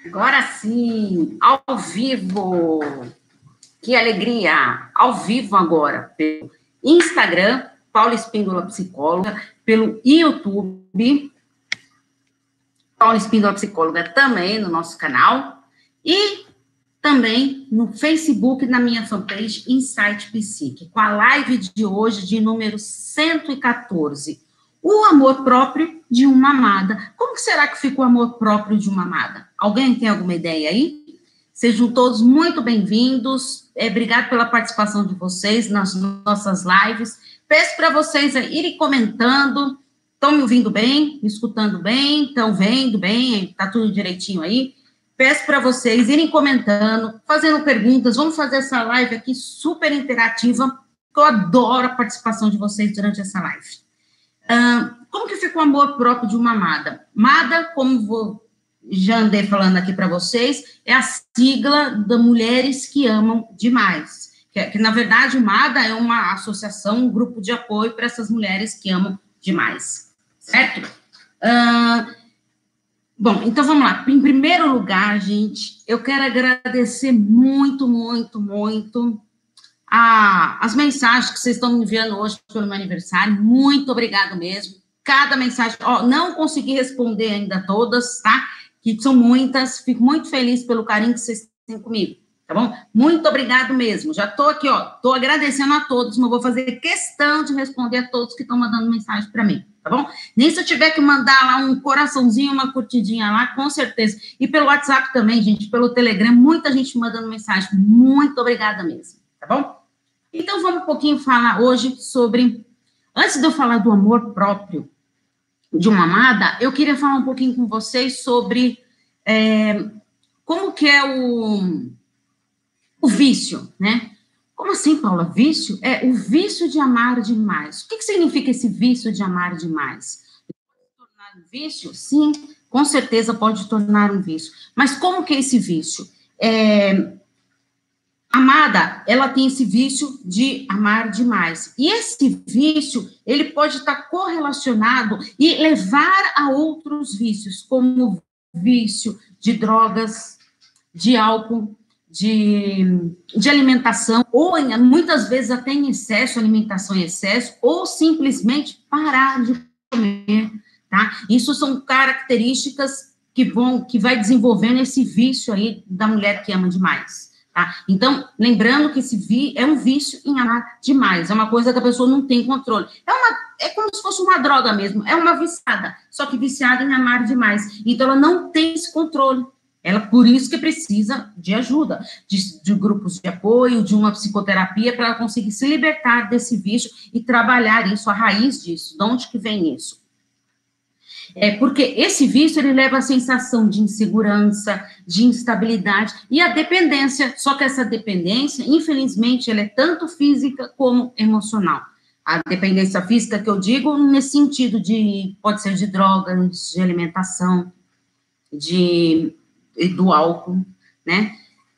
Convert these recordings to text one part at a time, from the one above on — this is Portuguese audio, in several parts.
Agora sim, ao vivo. Que alegria! Ao vivo agora, pelo Instagram, Paula Espíndola Psicóloga, pelo YouTube, Paula Espíndola Psicóloga também no nosso canal, e também no Facebook, na minha fanpage Insight Psique, com a live de hoje de número 114. O amor próprio de uma amada. Como que será que fica o amor próprio de uma amada? Alguém tem alguma ideia aí? Sejam todos muito bem-vindos. Obrigado pela participação de vocês nas nossas lives. Peço para vocês irem comentando. Estão me ouvindo bem? Me escutando bem? Estão vendo bem? Está tudo direitinho aí? Peço para vocês irem comentando, fazendo perguntas. Vamos fazer essa live aqui super interativa, porque eu adoro a participação de vocês durante essa live. Como que fica o amor próprio de uma amada? Amada, como já andei falando aqui para vocês, é a sigla da Mulheres que Amam Demais. Que na verdade, MADA é uma associação, um grupo de apoio para essas mulheres que amam demais. Certo? Bom, então vamos lá. Em primeiro lugar, gente, eu quero agradecer muito, muito, muito as mensagens que vocês estão me enviando hoje pelo meu aniversário. Muito obrigado mesmo. Cada mensagem, não consegui responder ainda todas, tá? Que são muitas. Fico muito feliz pelo carinho que vocês têm comigo, tá bom? Muito obrigado mesmo. Já estou aqui, estou agradecendo a todos, mas vou fazer questão de responder a todos que estão mandando mensagem para mim, tá bom? Nem se eu tiver que mandar lá um coraçãozinho, uma curtidinha lá, com certeza. E pelo WhatsApp também, gente, pelo Telegram, muita gente mandando mensagem. Muito obrigada mesmo, tá bom? Então, vamos um pouquinho falar hoje sobre... Antes de eu falar do amor próprio de uma amada, eu queria falar um pouquinho com vocês sobre como que é o vício, né? Como assim, Paula? Vício? É o vício de amar demais. O que significa esse vício de amar demais? Pode tornar um vício? Sim, com certeza pode tornar um vício. Mas como que é esse vício? A amada, ela tem esse vício de amar demais. E esse vício, ele pode estar correlacionado e levar a outros vícios, como vício de drogas, de álcool, de alimentação, ou muitas vezes até em excesso, alimentação em excesso, ou simplesmente parar de comer, tá? Isso são características que vai desenvolvendo esse vício aí da mulher que ama demais. Tá? Então, lembrando que esse é um vício em amar demais, é uma coisa que a pessoa não tem controle. É como se fosse uma droga mesmo, é uma viciada, só que viciada em amar demais. Então, ela não tem esse controle. Ela, por isso que precisa de ajuda, de grupos de apoio, de uma psicoterapia, para ela conseguir se libertar desse vício e trabalhar isso, a raiz disso, de onde que vem isso. Porque esse vício, ele leva a sensação de insegurança, de instabilidade e a dependência, só que essa dependência, infelizmente, ela é tanto física como emocional. A dependência física que eu digo nesse sentido pode ser de drogas, de alimentação, do álcool, né?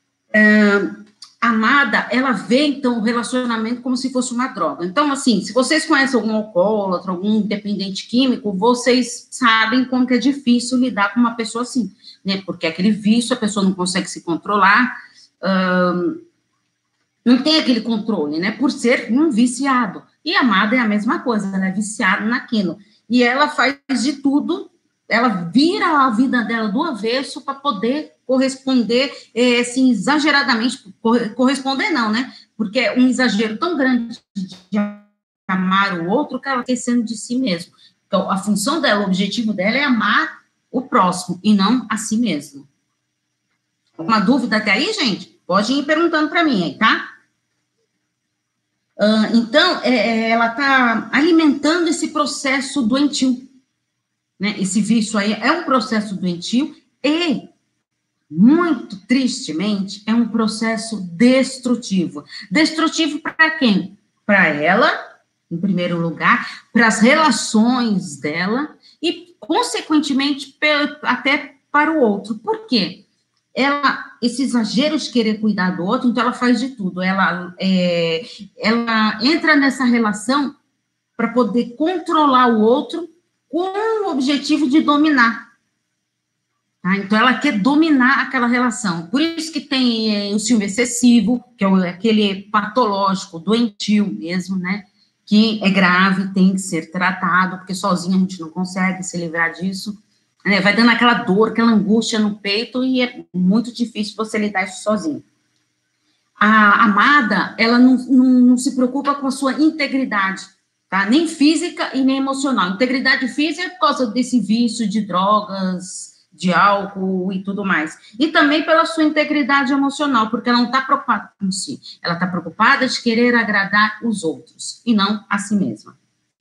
A amada, ela vê, então, o relacionamento como se fosse uma droga. Então, assim, se vocês conhecem algum alcoólatra, algum dependente químico, vocês sabem como que é difícil lidar com uma pessoa assim, né? Porque aquele vício, a pessoa não consegue se controlar, não tem aquele controle, né? Por ser um viciado. E a amada é a mesma coisa, ela é viciada naquilo. E ela faz de tudo, ela vira a vida dela do avesso para poder corresponder, assim, exageradamente, corresponder não, né? Porque é um exagero tão grande de amar o outro que ela está esquecendo de si mesma. Então, a função dela, o objetivo dela é amar o próximo e não a si mesma. Alguma dúvida até aí, gente? Pode ir perguntando para mim aí, tá? Então, ela está alimentando esse processo doentio, né? Esse vício aí é um processo doentio e, muito tristemente, é um processo destrutivo. Destrutivo para quem? Para ela, em primeiro lugar, para as relações dela e, consequentemente, até para o outro. Por quê? Esse exagero de querer cuidar do outro, então ela faz de tudo. Ela entra nessa relação para poder controlar o outro com o objetivo de dominar. Tá? Então, ela quer dominar aquela relação. Por isso que tem o ciúme excessivo, que é aquele patológico, doentio mesmo, né? Que é grave, tem que ser tratado, porque sozinha a gente não consegue se livrar disso. Né? Vai dando aquela dor, aquela angústia no peito, e é muito difícil você lidar isso sozinho. A amada, ela não se preocupa com a sua integridade, tá? Nem física e nem emocional. Integridade física é por causa desse vício de drogas, de álcool e tudo mais. E também pela sua integridade emocional, porque ela não está preocupada com si. Ela está preocupada de querer agradar os outros, e não a si mesma.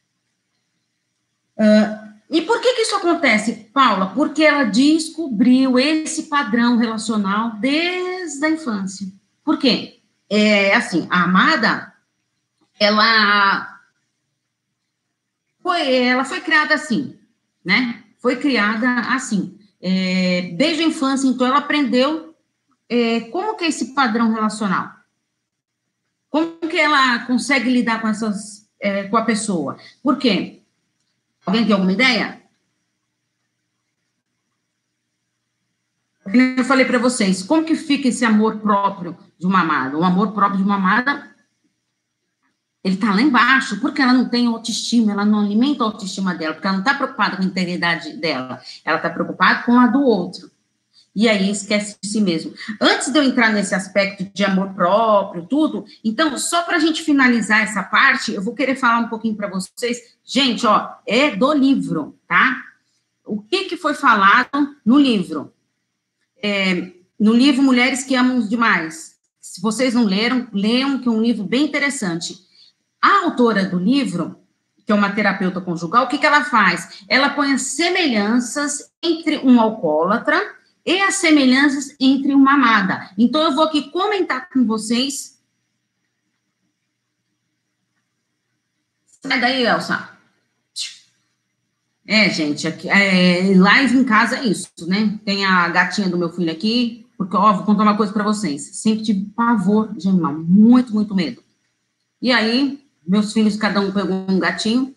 E por que isso acontece, Paula? Porque ela descobriu esse padrão relacional desde a infância. Por quê? Assim, a amada, ela foi criada assim, né? Foi criada assim. Desde a infância, então, ela aprendeu como que é esse padrão relacional. Como que ela consegue lidar com a pessoa. Por quê? Alguém tem alguma ideia? Eu falei para vocês, como que fica esse amor próprio de uma amada? O amor próprio de uma amada, ele tá lá embaixo, porque ela não tem autoestima, ela não alimenta a autoestima dela, porque ela não está preocupada com a integridade dela, ela está preocupada com a do outro. E aí esquece de si mesmo. Antes de eu entrar nesse aspecto de amor próprio, tudo, então, só para a gente finalizar essa parte, eu vou querer falar um pouquinho para vocês. Gente, ó, é do livro, tá? O que foi falado no livro? No livro Mulheres que Amam Demais. Se vocês não leram, leiam, que é um livro bem interessante. A autora do livro, que é uma terapeuta conjugal, o que ela faz? Ela põe as semelhanças entre um alcoólatra e as semelhanças entre uma amada. Então, eu vou aqui comentar com vocês. Sai daí, Elsa. Gente, aqui, live em casa é isso, né? Tem a gatinha do meu filho aqui, porque, ó, vou contar uma coisa para vocês. Sempre tive pavor de animal, muito, muito medo. E aí, meus filhos, cada um pegou um gatinho.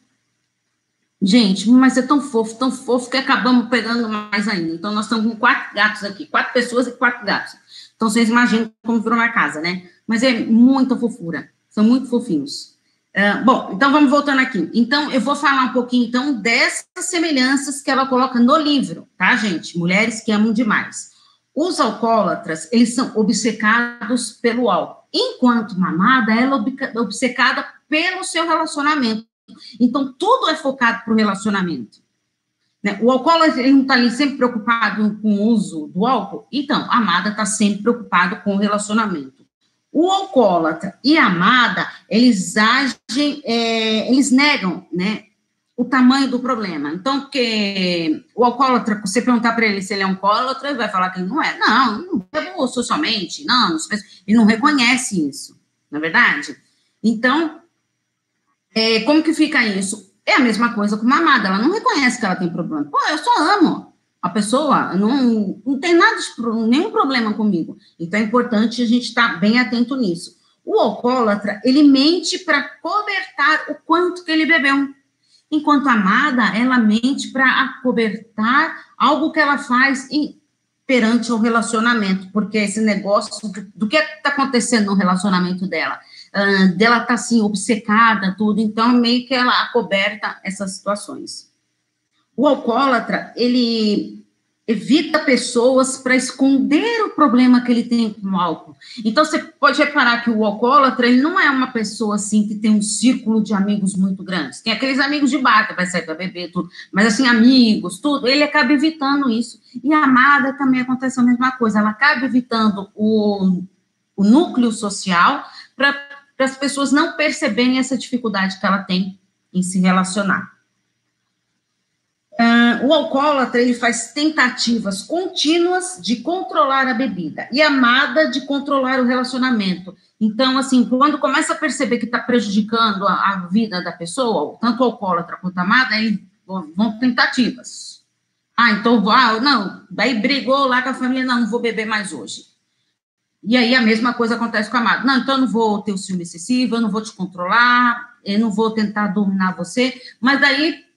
Gente, mas é tão fofo, que acabamos pegando mais ainda. Então, nós estamos com 4 gatos aqui, 4 pessoas e 4 gatos. Então, vocês imaginam como virou uma casa, né? Mas é muita fofura, são muito fofinhos. Bom, então vamos voltando aqui. Então, eu vou falar um pouquinho, então, dessas semelhanças que ela coloca no livro, tá, gente? Mulheres que amam demais. Os alcoólatras, eles são obcecados pelo álcool, enquanto uma amada, ela é obcecada pelo seu relacionamento. Então, tudo é focado para o relacionamento. Né? O alcoólatra, ele não está ali sempre preocupado com o uso do álcool? Então, a amada está sempre preocupada com o relacionamento. O alcoólatra e a amada, eles agem, eles negam, né, o tamanho do problema. Então, porque o alcoólatra, você perguntar para ele se ele é um alcoólatra, ele vai falar que ele não é. Não bebo socialmente, não, ele não reconhece isso, não é verdade? Então, como que fica isso? É a mesma coisa com uma amada, ela não reconhece que ela tem problema. Pô, eu só amo a pessoa, não tem nenhum problema comigo. Então, é importante a gente estar bem atento nisso. O alcoólatra, ele mente para cobertar o quanto que ele bebeu. Enquanto a amada, ela mente para acobertar algo que ela faz perante o relacionamento, porque esse negócio do que está acontecendo no relacionamento dela, dela tá assim, obcecada, tudo, então meio que ela acoberta essas situações. O alcoólatra, ele evita pessoas para esconder o problema que ele tem com o álcool. Então, você pode reparar que o alcoólatra, ele não é uma pessoa, assim, que tem um círculo de amigos muito grande. Tem aqueles amigos de bar, que vai sair para beber, tudo. Mas, assim, amigos, tudo, ele acaba evitando isso. E a amada também acontece a mesma coisa. Ela acaba evitando o núcleo social para as pessoas não perceberem essa dificuldade que ela tem em se relacionar. O alcoólatra, ele faz tentativas contínuas de controlar a bebida e a amada de controlar o relacionamento. Então, assim, quando começa a perceber que está prejudicando a vida da pessoa, tanto o alcoólatra quanto a amada, eles vão tentativas. Então, não, daí brigou lá com a família, não vou beber mais hoje. E aí a mesma coisa acontece com a amada. Não, então eu não vou ter o ciúme excessivo, eu não vou te controlar, eu não vou tentar dominar você, mas daí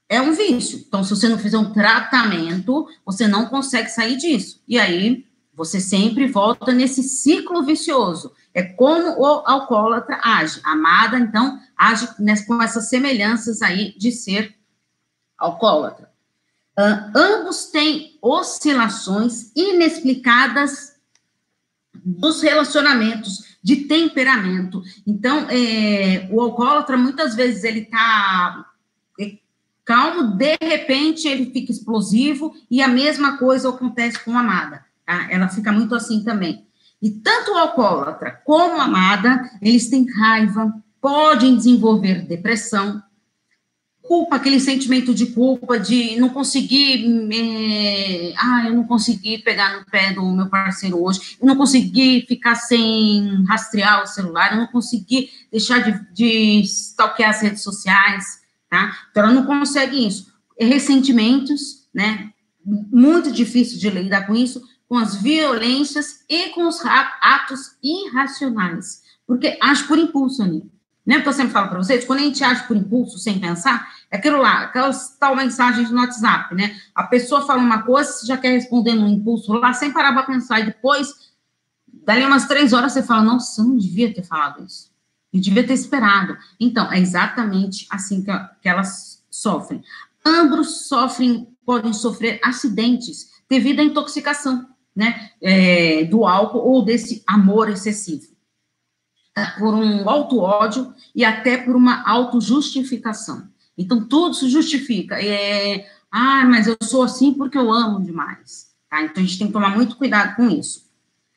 é um vício. Então, se você não fizer um tratamento, você não consegue sair disso. E aí, você sempre volta nesse ciclo vicioso. É como o alcoólatra age. A amada, então, age com essas semelhanças aí de ser alcoólatra. Ambos têm oscilações inexplicadas dos relacionamentos, de temperamento. Então, o alcoólatra, muitas vezes, ele está calmo, de repente, ele fica explosivo, e a mesma coisa acontece com a amada, tá? Ela fica muito assim também. E tanto o alcoólatra como a amada, eles têm raiva, podem desenvolver depressão, culpa, aquele sentimento de culpa, de não conseguir, eu não consegui pegar no pé do meu parceiro hoje, eu não consegui ficar sem rastrear o celular, eu não consegui deixar de stalkear as redes sociais, tá? Então, ela não consegue isso. Ressentimentos, né? Muito difícil de lidar com isso, com as violências e com os atos irracionais, porque age por impulso, Aninha. Lembra que eu sempre falo para vocês? Quando a gente age por impulso, sem pensar, é aquilo lá, aquelas tal mensagens no WhatsApp, né? A pessoa fala uma coisa, você já quer responder no impulso lá, sem parar para pensar, e depois, dali umas 3 horas, você fala, nossa, eu não devia ter falado isso. Eu devia ter esperado. Então, é exatamente assim que elas sofrem. Ambos podem sofrer acidentes devido à intoxicação, né? Do álcool ou desse amor excessivo. Por um auto-ódio e até por uma autojustificação. Então, tudo se justifica. Mas eu sou assim porque eu amo demais. Tá? Então, a gente tem que tomar muito cuidado com isso.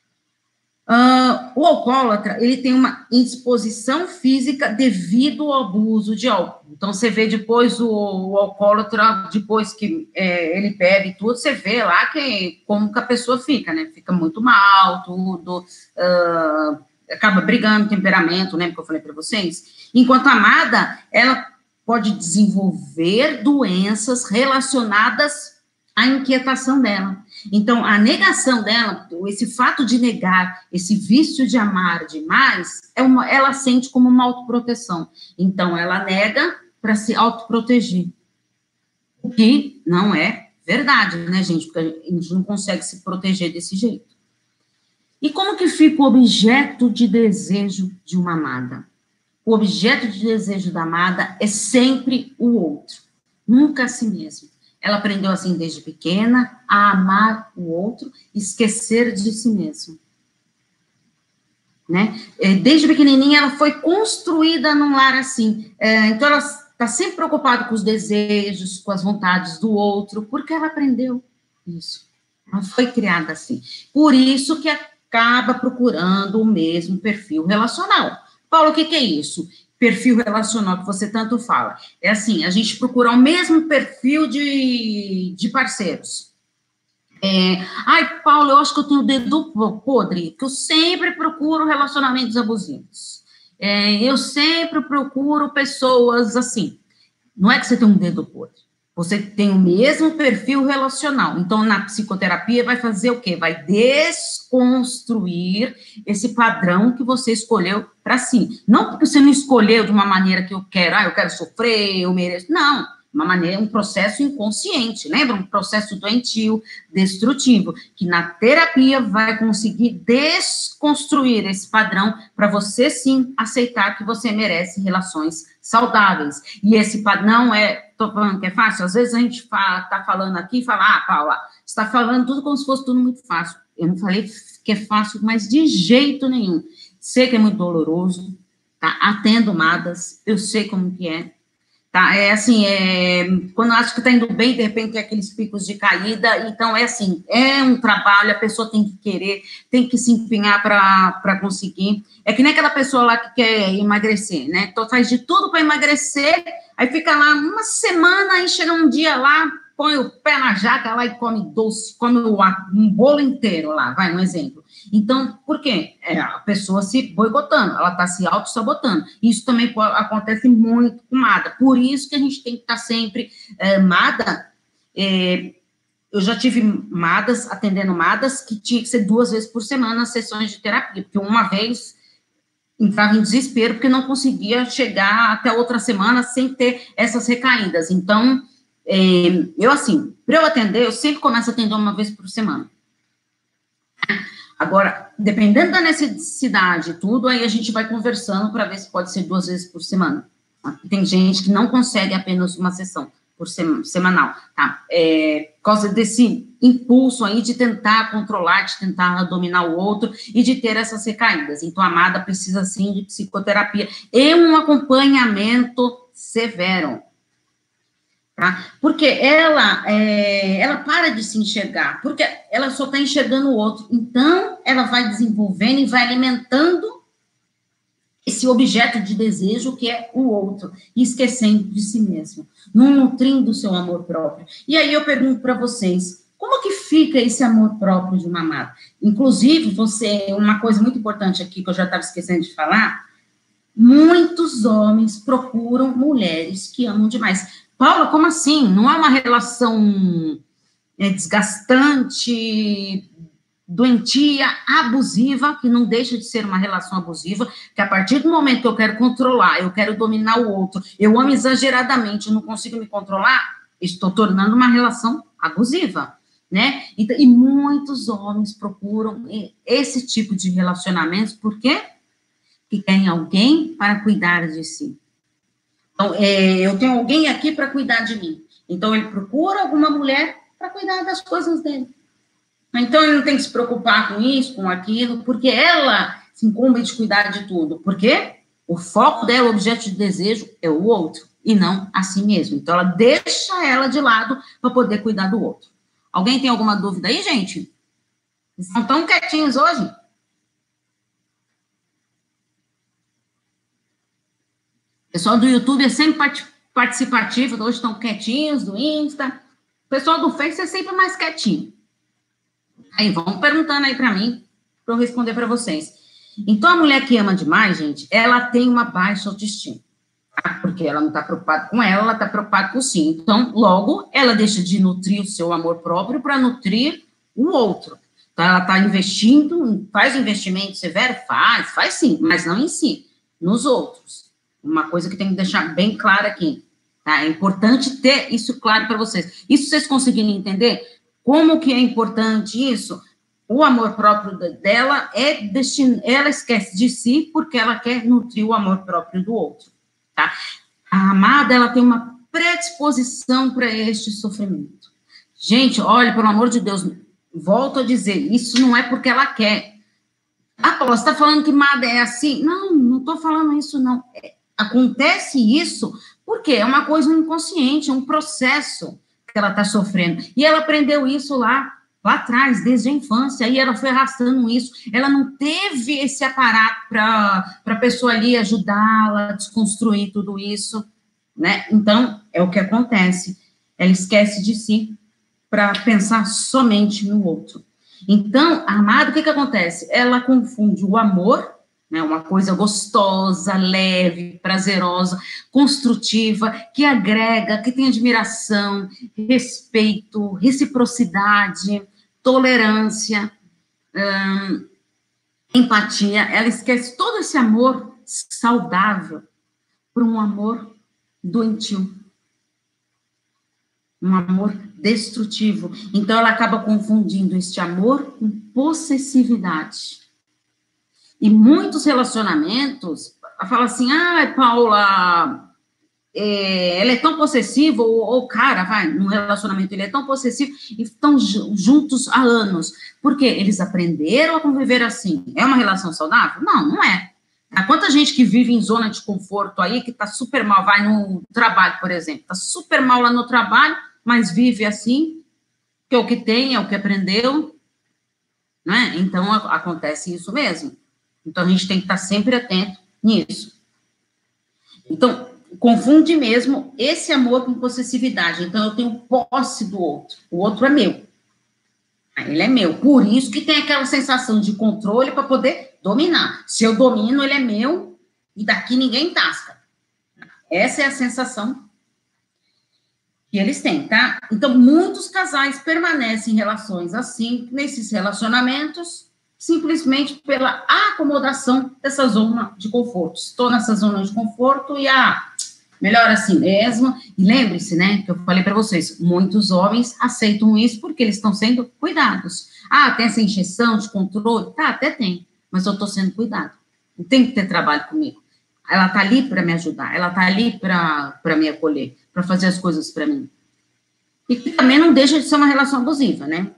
O alcoólatra, ele tem uma indisposição física devido ao abuso de álcool. Então, você vê depois o alcoólatra, depois que ele bebe tudo, você vê lá como que a pessoa fica, né? Fica muito mal, tudo... acaba brigando, temperamento, né, que eu falei para vocês. Enquanto a amada, ela pode desenvolver doenças relacionadas à inquietação dela. Então, a negação dela, esse fato de negar, esse vício de amar demais, ela sente como uma autoproteção. Então, ela nega para se autoproteger. O que não é verdade, né, gente? Porque a gente não consegue se proteger desse jeito. E como que fica o objeto de desejo de uma amada? O objeto de desejo da amada é sempre o outro, nunca a si mesmo. Ela aprendeu assim desde pequena a amar o outro, esquecer de si mesmo. Né? Desde pequenininha ela foi construída num lar assim. Então ela está sempre preocupada com os desejos, com as vontades do outro, porque ela aprendeu isso. Ela foi criada assim. Por isso que acaba procurando o mesmo perfil relacional. Paulo, o que é isso? Perfil relacional que você tanto fala. É assim, a gente procura o mesmo perfil de parceiros. Paulo, eu acho que eu tenho o dedo podre, porque eu sempre procuro relacionamentos abusivos. Eu sempre procuro pessoas assim. Não é que você tem um dedo podre. Você tem o mesmo perfil relacional. Então, na psicoterapia, vai fazer o quê? Vai desconstruir esse padrão que você escolheu para si. Não porque você não escolheu de uma maneira que eu quero sofrer, eu mereço. Não, um processo inconsciente. Lembra? Um processo doentio, destrutivo, que na terapia vai conseguir desconstruir esse padrão para você, sim, aceitar que você merece relações saudáveis. E esse padrão estou falando que é fácil, às vezes a gente está falando aqui e fala, Paula, você está falando tudo como se fosse tudo muito fácil. Eu não falei que é fácil, mas de jeito nenhum. Sei que é muito doloroso, tá? Atendo amadas, eu sei como que é. Tá? Quando eu acho que está indo bem, de repente tem aqueles picos de caída, então é um trabalho, a pessoa tem que querer, tem que se empenhar para conseguir. É que nem aquela pessoa lá que quer emagrecer, né? Então faz de tudo para emagrecer, aí fica lá uma semana, aí chega um dia lá, põe o pé na jaca lá e come doce, come um bolo inteiro lá, vai, um exemplo. Então, por quê? A pessoa se boicotando, ela está se auto-sabotando. Isso também acontece muito com MADA. Por isso que a gente tem que estar sempre... MADA, eu já tive MADAs, atendendo MADAs, que tinha que ser 2 vezes por semana as sessões de terapia, porque uma vez entrava em desespero, porque não conseguia chegar até outra semana sem ter essas recaídas. Então, Eu, assim, para eu atender, eu sempre começo a atender uma vez por semana. Agora, dependendo da necessidade e tudo, aí a gente vai conversando para ver se pode ser 2 vezes por semana. Tem gente que não consegue apenas uma sessão por semanal, tá? Por causa desse impulso aí de tentar controlar, de tentar dominar o outro e de ter essas recaídas. Então, a amada precisa, sim, de psicoterapia e um acompanhamento severo. Tá? Porque ela para de se enxergar, porque ela só está enxergando o outro. Então, ela vai desenvolvendo e vai alimentando esse objeto de desejo que é o outro, e esquecendo de si mesmo, não nutrindo o seu amor próprio. E aí eu pergunto para vocês, como que fica esse amor próprio de uma amada? Inclusive, uma coisa muito importante aqui, que eu já estava esquecendo de falar, muitos homens procuram mulheres que amam demais. Paula, como assim? Não é uma relação desgastante, doentia, abusiva, que não deixa de ser uma relação abusiva, que a partir do momento que eu quero controlar, eu quero dominar o outro, eu amo exageradamente, não consigo me controlar, estou tornando uma relação abusiva, né? E muitos homens procuram esse tipo de relacionamentos, por quê? Que querem alguém para cuidar de si. Então, eu tenho alguém aqui para cuidar de mim. Então, ele procura alguma mulher para cuidar das coisas dele. Então, ele não tem que se preocupar com isso, com aquilo, porque ela se incumbe de cuidar de tudo. Por quê? O foco dela, o objeto de desejo, é o outro, e não a si mesmo. Então, ela deixa ela de lado para poder cuidar do outro. Alguém tem alguma dúvida aí, gente? Estão tão quietinhos hoje? O pessoal do YouTube é sempre participativo, hoje estão quietinhos, do Insta. O pessoal do Face é sempre mais quietinho. Aí, vão perguntando aí para mim, para eu responder para vocês. Então, a mulher que ama demais, gente, ela tem uma baixa autoestima. Tá? Porque ela não está preocupada com ela está preocupada com si. Então, logo, ela deixa de nutrir o seu amor próprio para nutrir o outro. Então, ela está investindo, faz investimento severo? Faz sim, mas não em si, nos outros. Uma coisa que tem que deixar bem clara aqui, tá? É importante ter isso claro para vocês. Isso vocês conseguirem entender? Como que é importante isso? O amor próprio dela ela esquece de si porque ela quer nutrir o amor próprio do outro, tá? A amada, ela tem uma predisposição para este sofrimento. Gente, olha, pelo amor de Deus, volto a dizer, isso não é porque ela quer. Ah, Paula, você está falando que amada é assim? Não estou falando isso, não. Acontece isso porque é uma coisa inconsciente, um processo que ela está sofrendo. E ela aprendeu isso lá atrás, desde a infância, aí ela foi arrastando isso. Ela não teve esse aparato para a pessoa ali ajudá-la a desconstruir tudo isso, né? Então, é o que acontece. Ela esquece de si para pensar somente no outro. Então, a amada, o que acontece? Ela confunde o amor, né, uma coisa gostosa, leve, prazerosa, construtiva, que agrega, que tem admiração, respeito, reciprocidade, tolerância, empatia. Ela esquece todo esse amor saudável por um amor doentio, um amor destrutivo. Então, ela acaba confundindo este amor com possessividade. E muitos relacionamentos falam assim, Paula, ela é tão possessiva, ou cara, vai, num relacionamento, ele é tão possessivo, e estão juntos há anos. Por quê? Eles aprenderam a conviver assim. É uma relação saudável? Não é. Há quanta gente que vive em zona de conforto aí, que está super mal, vai no trabalho, por exemplo, está super mal lá no trabalho, mas vive assim, que é o que tem, é o que aprendeu, né? Então, acontece isso mesmo. Então, a gente tem que estar sempre atento nisso. Então, confunde mesmo esse amor com possessividade. Então, eu tenho posse do outro. O outro é meu. Ele é meu. Por isso que tem aquela sensação de controle para poder dominar. Se eu domino, ele é meu e daqui ninguém tasca. Essa é a sensação que eles têm, tá? Então, muitos casais permanecem em relações assim, nesses relacionamentos, simplesmente pela acomodação dessa zona de conforto. Estou nessa zona de conforto e, melhor assim mesmo. E lembre-se, né, que eu falei para vocês, muitos homens aceitam isso porque eles estão sendo cuidados. Ah, tem essa injeção de controle? Tá, até tem, mas eu estou sendo cuidado. Não tem que ter trabalho comigo. Ela está ali para me ajudar, ela está ali para me acolher, para fazer as coisas para mim. E também não deixa de ser uma relação abusiva, né?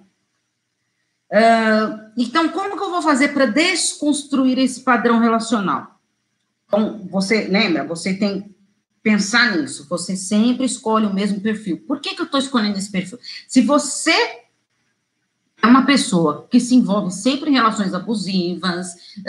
Então, como que eu vou fazer para desconstruir esse padrão relacional? Então, você lembra, você tem que pensar nisso, você sempre escolhe o mesmo perfil. Por que eu estou escolhendo esse perfil? Se você é uma pessoa que se envolve sempre em relações abusivas,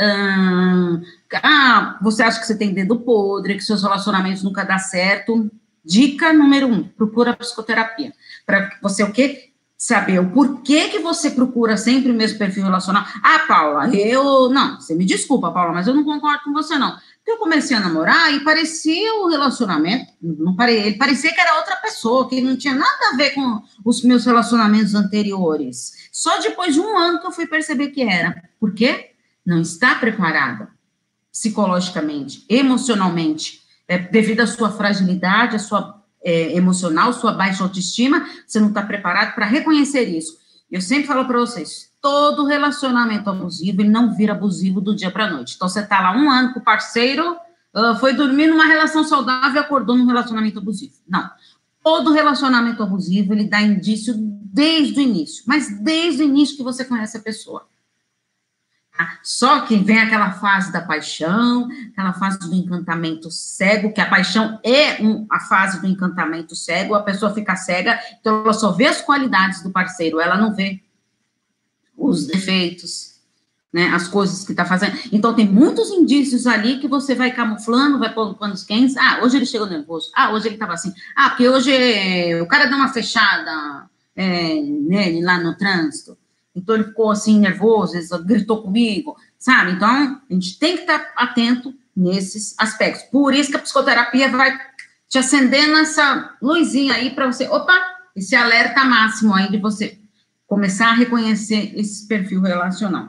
você acha que você tem dedo podre, que seus relacionamentos nunca dão certo, dica número 1, procura psicoterapia. Para você o quê? Saber o porquê que você procura sempre o mesmo perfil relacional. Ah, Paula, não, você me desculpa, Paula, mas eu não concordo com você, não. Porque eu comecei a namorar e parecia o relacionamento, ele parecia que era outra pessoa, que não tinha nada a ver com os meus relacionamentos anteriores. Só depois de um ano que eu fui perceber que era. Por quê? Não está preparada psicologicamente, emocionalmente, devido à sua fragilidade, à sua emocional, sua baixa autoestima, você não está preparado para reconhecer isso. Eu sempre falo para vocês, todo relacionamento abusivo, ele não vira abusivo do dia para a noite. Então, você está lá um ano com o parceiro, foi dormir numa relação saudável e acordou num relacionamento abusivo. Não. Todo relacionamento abusivo, ele dá indício desde o início, mas desde o início que você conhece a pessoa. Só que vem aquela fase da paixão, aquela fase do encantamento cego, que a paixão é a fase do encantamento cego, a pessoa fica cega, então ela só vê as qualidades do parceiro, ela não vê os defeitos, né, as coisas que está fazendo. Então tem muitos indícios ali que você vai camuflando, vai pondo panos quentes. Hoje ele chegou nervoso. Hoje ele estava assim. Porque hoje o cara deu uma fechada nele lá no trânsito. Então, ele ficou assim, nervoso, gritou comigo, sabe? Então, a gente tem que estar atento nesses aspectos. Por isso que a psicoterapia vai te acendendo essa luzinha aí para você, esse alerta máximo aí de você começar a reconhecer esse perfil relacional.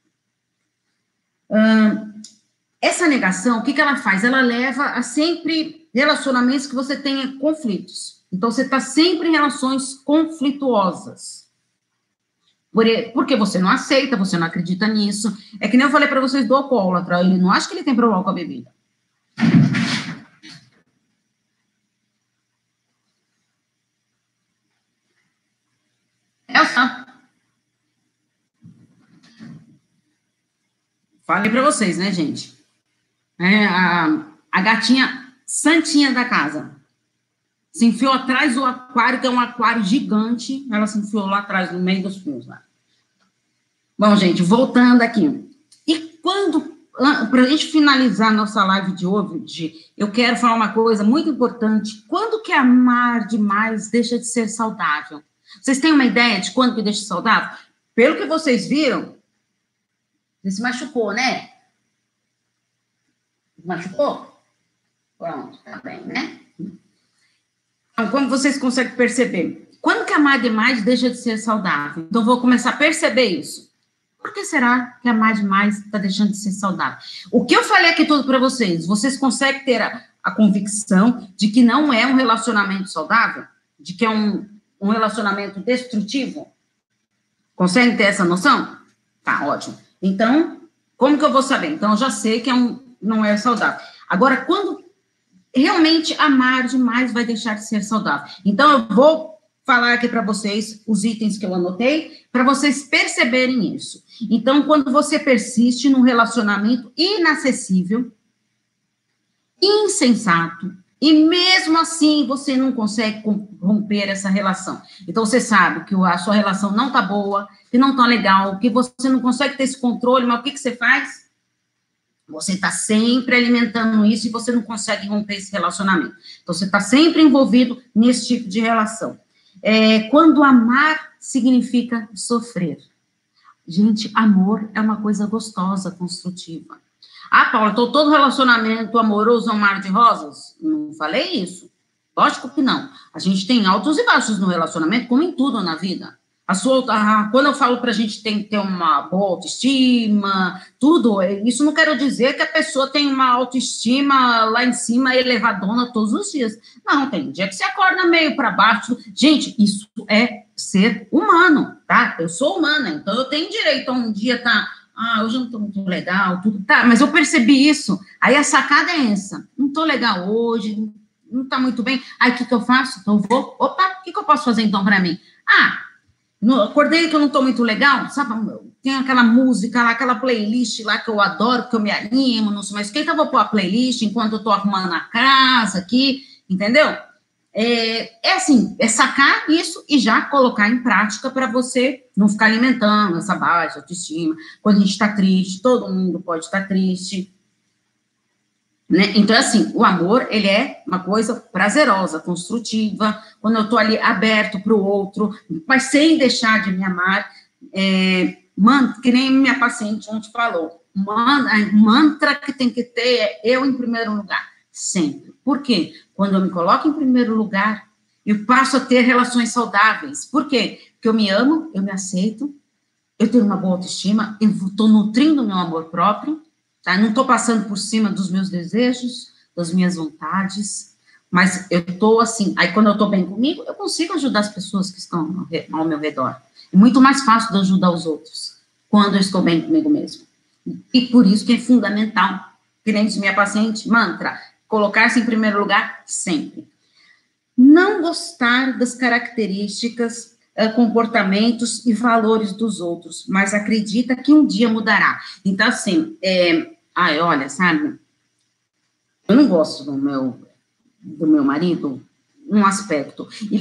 Essa negação, o que ela faz? Ela leva a sempre relacionamentos que você tenha conflitos. Então, você está sempre em relações conflituosas. Porque você não aceita, você não acredita nisso. É que nem eu falei para vocês do alcoólatra, ele não acha que ele tem problema com a bebida. Falei para vocês, né, gente? A gatinha santinha da casa se enfiou atrás do aquário, que é um aquário gigante, ela se enfiou lá atrás, no meio dos fios lá. Bom, gente, voltando aqui. E para a gente finalizar nossa live de hoje, eu quero falar uma coisa muito importante. Quando que amar demais deixa de ser saudável? Vocês têm uma ideia de quando que deixa saudável? Pelo que vocês viram, você se machucou, né? Machucou? Pronto, tá bem, né? Então, como vocês conseguem perceber? Quando que amar demais deixa de ser saudável? Então, vou começar a perceber isso. Por que será que amar demais está deixando de ser saudável? O que eu falei aqui todo para vocês conseguem ter a convicção de que não é um relacionamento saudável? De que é um relacionamento destrutivo? Conseguem ter essa noção? Tá, ótimo. Então, como que eu vou saber? Então, eu já sei que não é saudável. Agora, quando realmente amar demais vai deixar de ser saudável? Então, eu vou falar aqui para vocês os itens que eu anotei, para vocês perceberem isso. Então, quando você persiste num relacionamento inacessível, insensato, e mesmo assim você não consegue romper essa relação. Então, você sabe que a sua relação não tá boa, que não tá legal, que você não consegue ter esse controle, mas o que você faz? Você está sempre alimentando isso e você não consegue romper esse relacionamento. Então, você está sempre envolvido nesse tipo de relação. Quando amar significa sofrer. Gente, amor é uma coisa gostosa, construtiva. Paula, então todo relacionamento amoroso é um mar de rosas? Não falei isso. Lógico que não. A gente tem altos e baixos no relacionamento, como em tudo na vida. Quando eu falo para a gente tem que ter uma boa autoestima, tudo, isso não quero dizer que a pessoa tem uma autoestima lá em cima, elevadona todos os dias. Não, tem dia que você acorda meio para baixo. Gente, isso é ser humano, tá? Eu sou humana, então eu tenho direito a um dia tá, hoje eu não tô muito legal, tudo, tá, mas eu percebi isso. Aí a sacada é essa, não tô legal hoje, não tá muito bem. Aí o que eu faço? Então eu vou, opa, o que eu posso fazer então para mim? Acordei que eu não tô muito legal, sabe? Tem aquela música lá, aquela playlist lá que eu adoro, que eu me animo, não sei mais o que, então eu vou pôr a playlist enquanto eu tô arrumando a casa aqui, entendeu? Assim, é sacar isso e já colocar em prática para você não ficar alimentando essa baixa autoestima. Quando a gente está triste, todo mundo pode estar triste, né? Então, assim, o amor, ele é uma coisa prazerosa, construtiva, quando eu estou ali aberto para o outro, mas sem deixar de me amar, que nem minha paciente ontem falou, mantra que tem que ter é eu em primeiro lugar, sempre. Por quê? Quando eu me coloco em primeiro lugar, eu passo a ter relações saudáveis. Por quê? Porque eu me amo, eu me aceito, eu tenho uma boa autoestima, eu estou nutrindo meu amor próprio, tá? Não estou passando por cima dos meus desejos, das minhas vontades, mas eu estou assim, aí quando eu estou bem comigo, eu consigo ajudar as pessoas que estão ao meu redor. É muito mais fácil de ajudar os outros, quando eu estou bem comigo mesmo. E por isso que é fundamental, que nem diz minha paciente, mantra, colocar-se em primeiro lugar sempre. Não gostar das características, comportamentos e valores dos outros, mas acredita que um dia mudará. Então, assim, olha, sabe, eu não gosto do meu marido, um aspecto, ele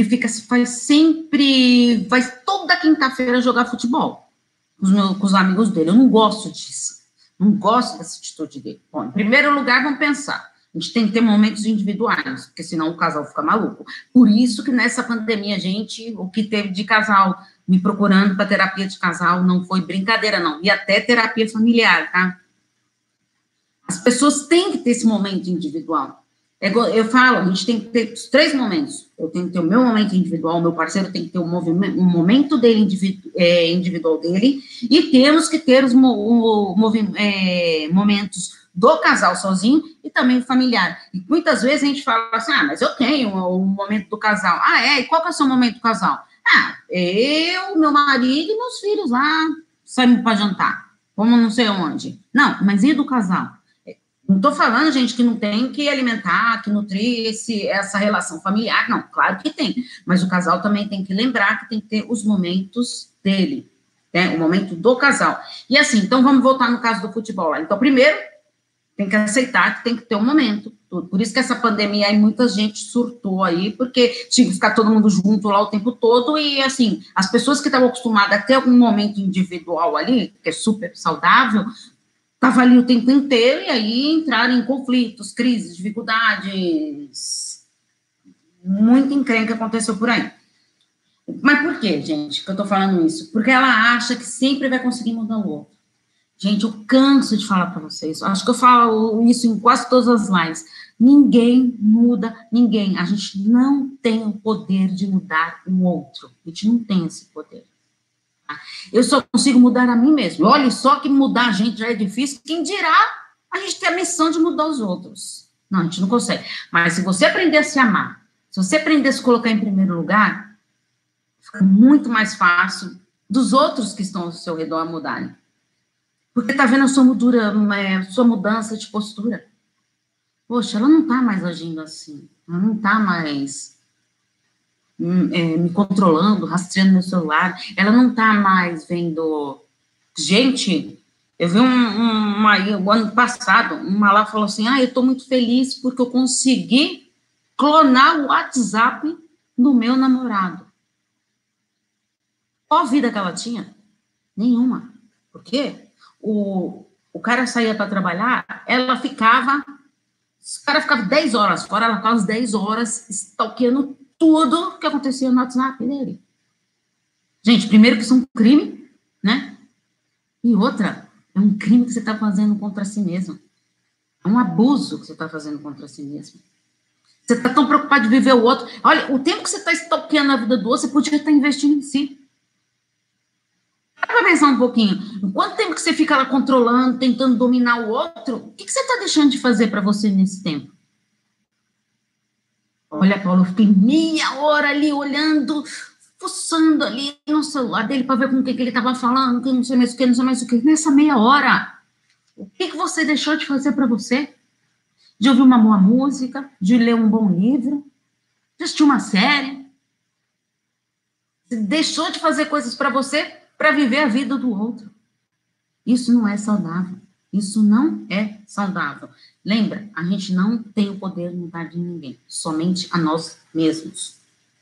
vai toda quinta-feira jogar futebol com os amigos dele, eu não gosto disso, não gosto dessa atitude dele. Bom, em primeiro lugar, vamos pensar, a gente tem que ter momentos individuais, porque senão o casal fica maluco. Por isso que nessa pandemia, gente, o que teve de casal me procurando para terapia de casal não foi brincadeira, não. E até terapia familiar, tá? As pessoas têm que ter esse momento individual. Eu falo, a gente tem que ter os 3 momentos. Eu tenho que ter o meu momento individual, o meu parceiro tem que ter um momento dele individual dele, e temos que ter os momentos do casal sozinho e também familiar. E muitas vezes a gente fala assim, mas eu tenho um momento do casal. E qual que é o seu momento do casal? Eu, meu marido e meus filhos lá saímos para jantar. Vamos não sei onde. Não, mas e do casal? Não estou falando, gente, que não tem que alimentar, que nutrir essa relação familiar. Não, claro que tem. Mas o casal também tem que lembrar que tem que ter os momentos dele, né? O momento do casal. E assim, então vamos voltar no caso do futebol lá. Então, primeiro, tem que aceitar que tem que ter um momento. Por isso que essa pandemia aí, muita gente surtou aí, porque tinha que ficar todo mundo junto lá o tempo todo, e assim, as pessoas que estavam acostumadas a ter algum momento individual ali, que é super saudável, estava ali o tempo inteiro, e aí entraram em conflitos, crises, dificuldades, muita encrenca aconteceu por aí. Mas por que, gente, que eu tô falando isso? Porque ela acha que sempre vai conseguir mudar o outro. Gente, eu canso de falar para vocês, acho que eu falo isso em quase todas as lives, ninguém muda ninguém, a gente não tem o poder de mudar o outro, a gente não tem esse poder. Eu só consigo mudar a mim mesmo. Olha só que mudar a gente já é difícil, quem dirá a gente ter a missão de mudar os outros? Não, a gente não consegue. Mas se você aprender a se amar, se você aprender a se colocar em primeiro lugar, fica muito mais fácil dos outros que estão ao seu redor mudarem. Porque tá vendo a sua mudança de postura. Poxa, ela não tá mais agindo assim. Ela não tá mais me controlando, rastreando meu celular. Ela não tá mais vendo... Gente, eu vi o ano passado, uma lá falou assim, eu tô muito feliz porque eu consegui clonar o WhatsApp do meu namorado. Qual a vida que ela tinha? Nenhuma. Por quê? O cara saía para trabalhar, ela ficava... O cara ficava 10 horas fora, ela ficava 10 horas stalkeando tudo que acontecia no WhatsApp dele. Gente, primeiro que isso é um crime, né? E outra, é um crime que você está fazendo contra si mesmo. É um abuso que você está fazendo contra si mesmo. Você está tão preocupado de viver o outro. Olha, o tempo que você está stalkeando a vida do outro, você podia estar investindo em si. pensar um pouquinho. Quanto tempo que você fica lá controlando, tentando dominar o outro, o que você está deixando de fazer para você nesse tempo? Olha, Paulo, eu fiquei meia hora ali olhando, fuçando ali no celular dele para ver com o que ele estava falando, que não sei mais o que, não sei mais o que. Nessa meia hora, o que você deixou de fazer para você? De ouvir uma boa música, de ler um bom livro, de assistir uma série? Você deixou de fazer coisas para você para viver a vida do outro. Isso não é saudável. Isso não é saudável. Lembra, a gente não tem o poder de mudar de ninguém, somente a nós mesmos.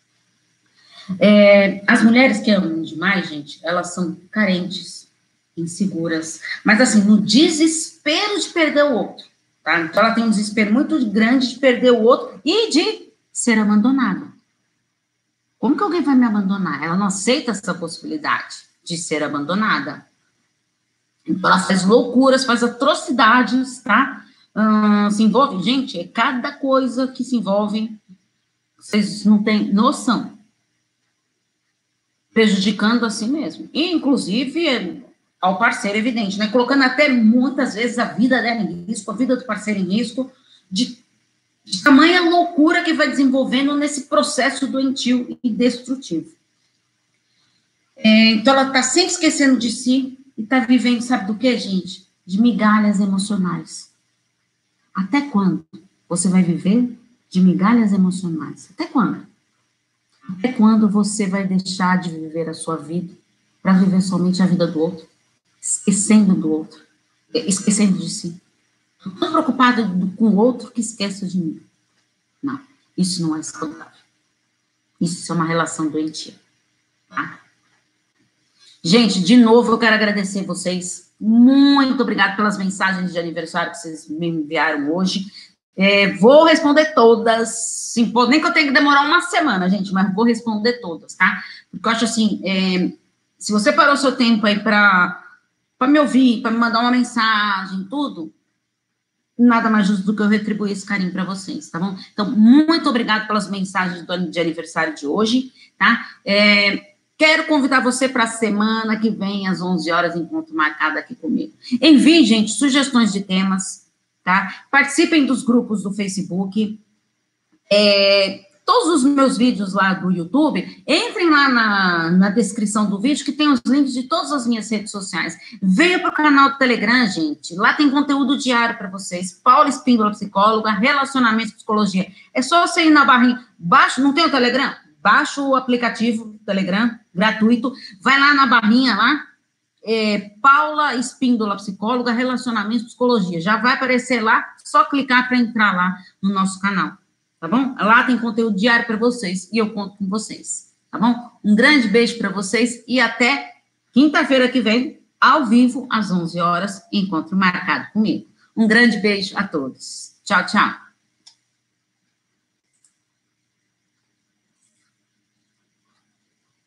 As mulheres que amam demais, gente, elas são carentes, inseguras, mas assim, no desespero de perder o outro, tá? Então ela tem um desespero muito grande de perder o outro e de ser abandonada. Como que alguém vai me abandonar? Ela não aceita essa possibilidade de ser abandonada. Então ela faz loucuras, faz atrocidades, tá? Se envolve, gente, é cada coisa que se envolve, vocês não têm noção, prejudicando a si mesmo, e inclusive ao parceiro, evidente, né? Colocando até muitas vezes a vida dela em risco, a vida do parceiro em risco, de tamanha loucura que vai desenvolvendo nesse processo doentio e destrutivo. Então ela está sempre esquecendo de si e está vivendo, sabe do que, gente? De migalhas emocionais. Até quando você vai viver de migalhas emocionais? Até quando? Até quando você vai deixar de viver a sua vida para viver somente a vida do outro? Esquecendo do outro, esquecendo de si. Estou tão preocupada com o outro que esqueço de mim. Não, isso não é saudável. Isso é uma relação doentia. Tá? Gente, de novo, eu quero agradecer vocês. Muito obrigada pelas mensagens de aniversário que vocês me enviaram hoje. Vou responder todas, nem que eu tenha que demorar uma semana, gente, mas vou responder todas, tá? Porque eu acho assim, se você parou seu tempo aí para me ouvir, para me mandar uma mensagem, tudo, nada mais justo do que eu retribuir esse carinho para vocês, tá bom? Então, muito obrigada pelas mensagens de aniversário de hoje, tá? Quero convidar você para a semana que vem, às 11 horas, encontro marcado aqui comigo. Envie, gente, sugestões de temas, tá? Participem dos grupos do Facebook. Todos os meus vídeos lá do YouTube, entrem lá na descrição do vídeo, que tem os links de todas as minhas redes sociais. Venha para o canal do Telegram, gente. Lá tem conteúdo diário para vocês. Paula Espíndola, psicóloga, relacionamento e psicologia. É só você ir na barrinha. Não tem o Telegram? Baixa o aplicativo Telegram, gratuito. Vai lá na barrinha lá. Paula Espíndola, psicóloga, relacionamento e psicologia. Já vai aparecer lá, só clicar para entrar lá no nosso canal. Tá bom? Lá tem conteúdo diário para vocês e eu conto com vocês, tá bom? Um grande beijo para vocês e até quinta-feira que vem, ao vivo, às 11 horas, encontro marcado comigo. Um grande beijo a todos. Tchau, tchau.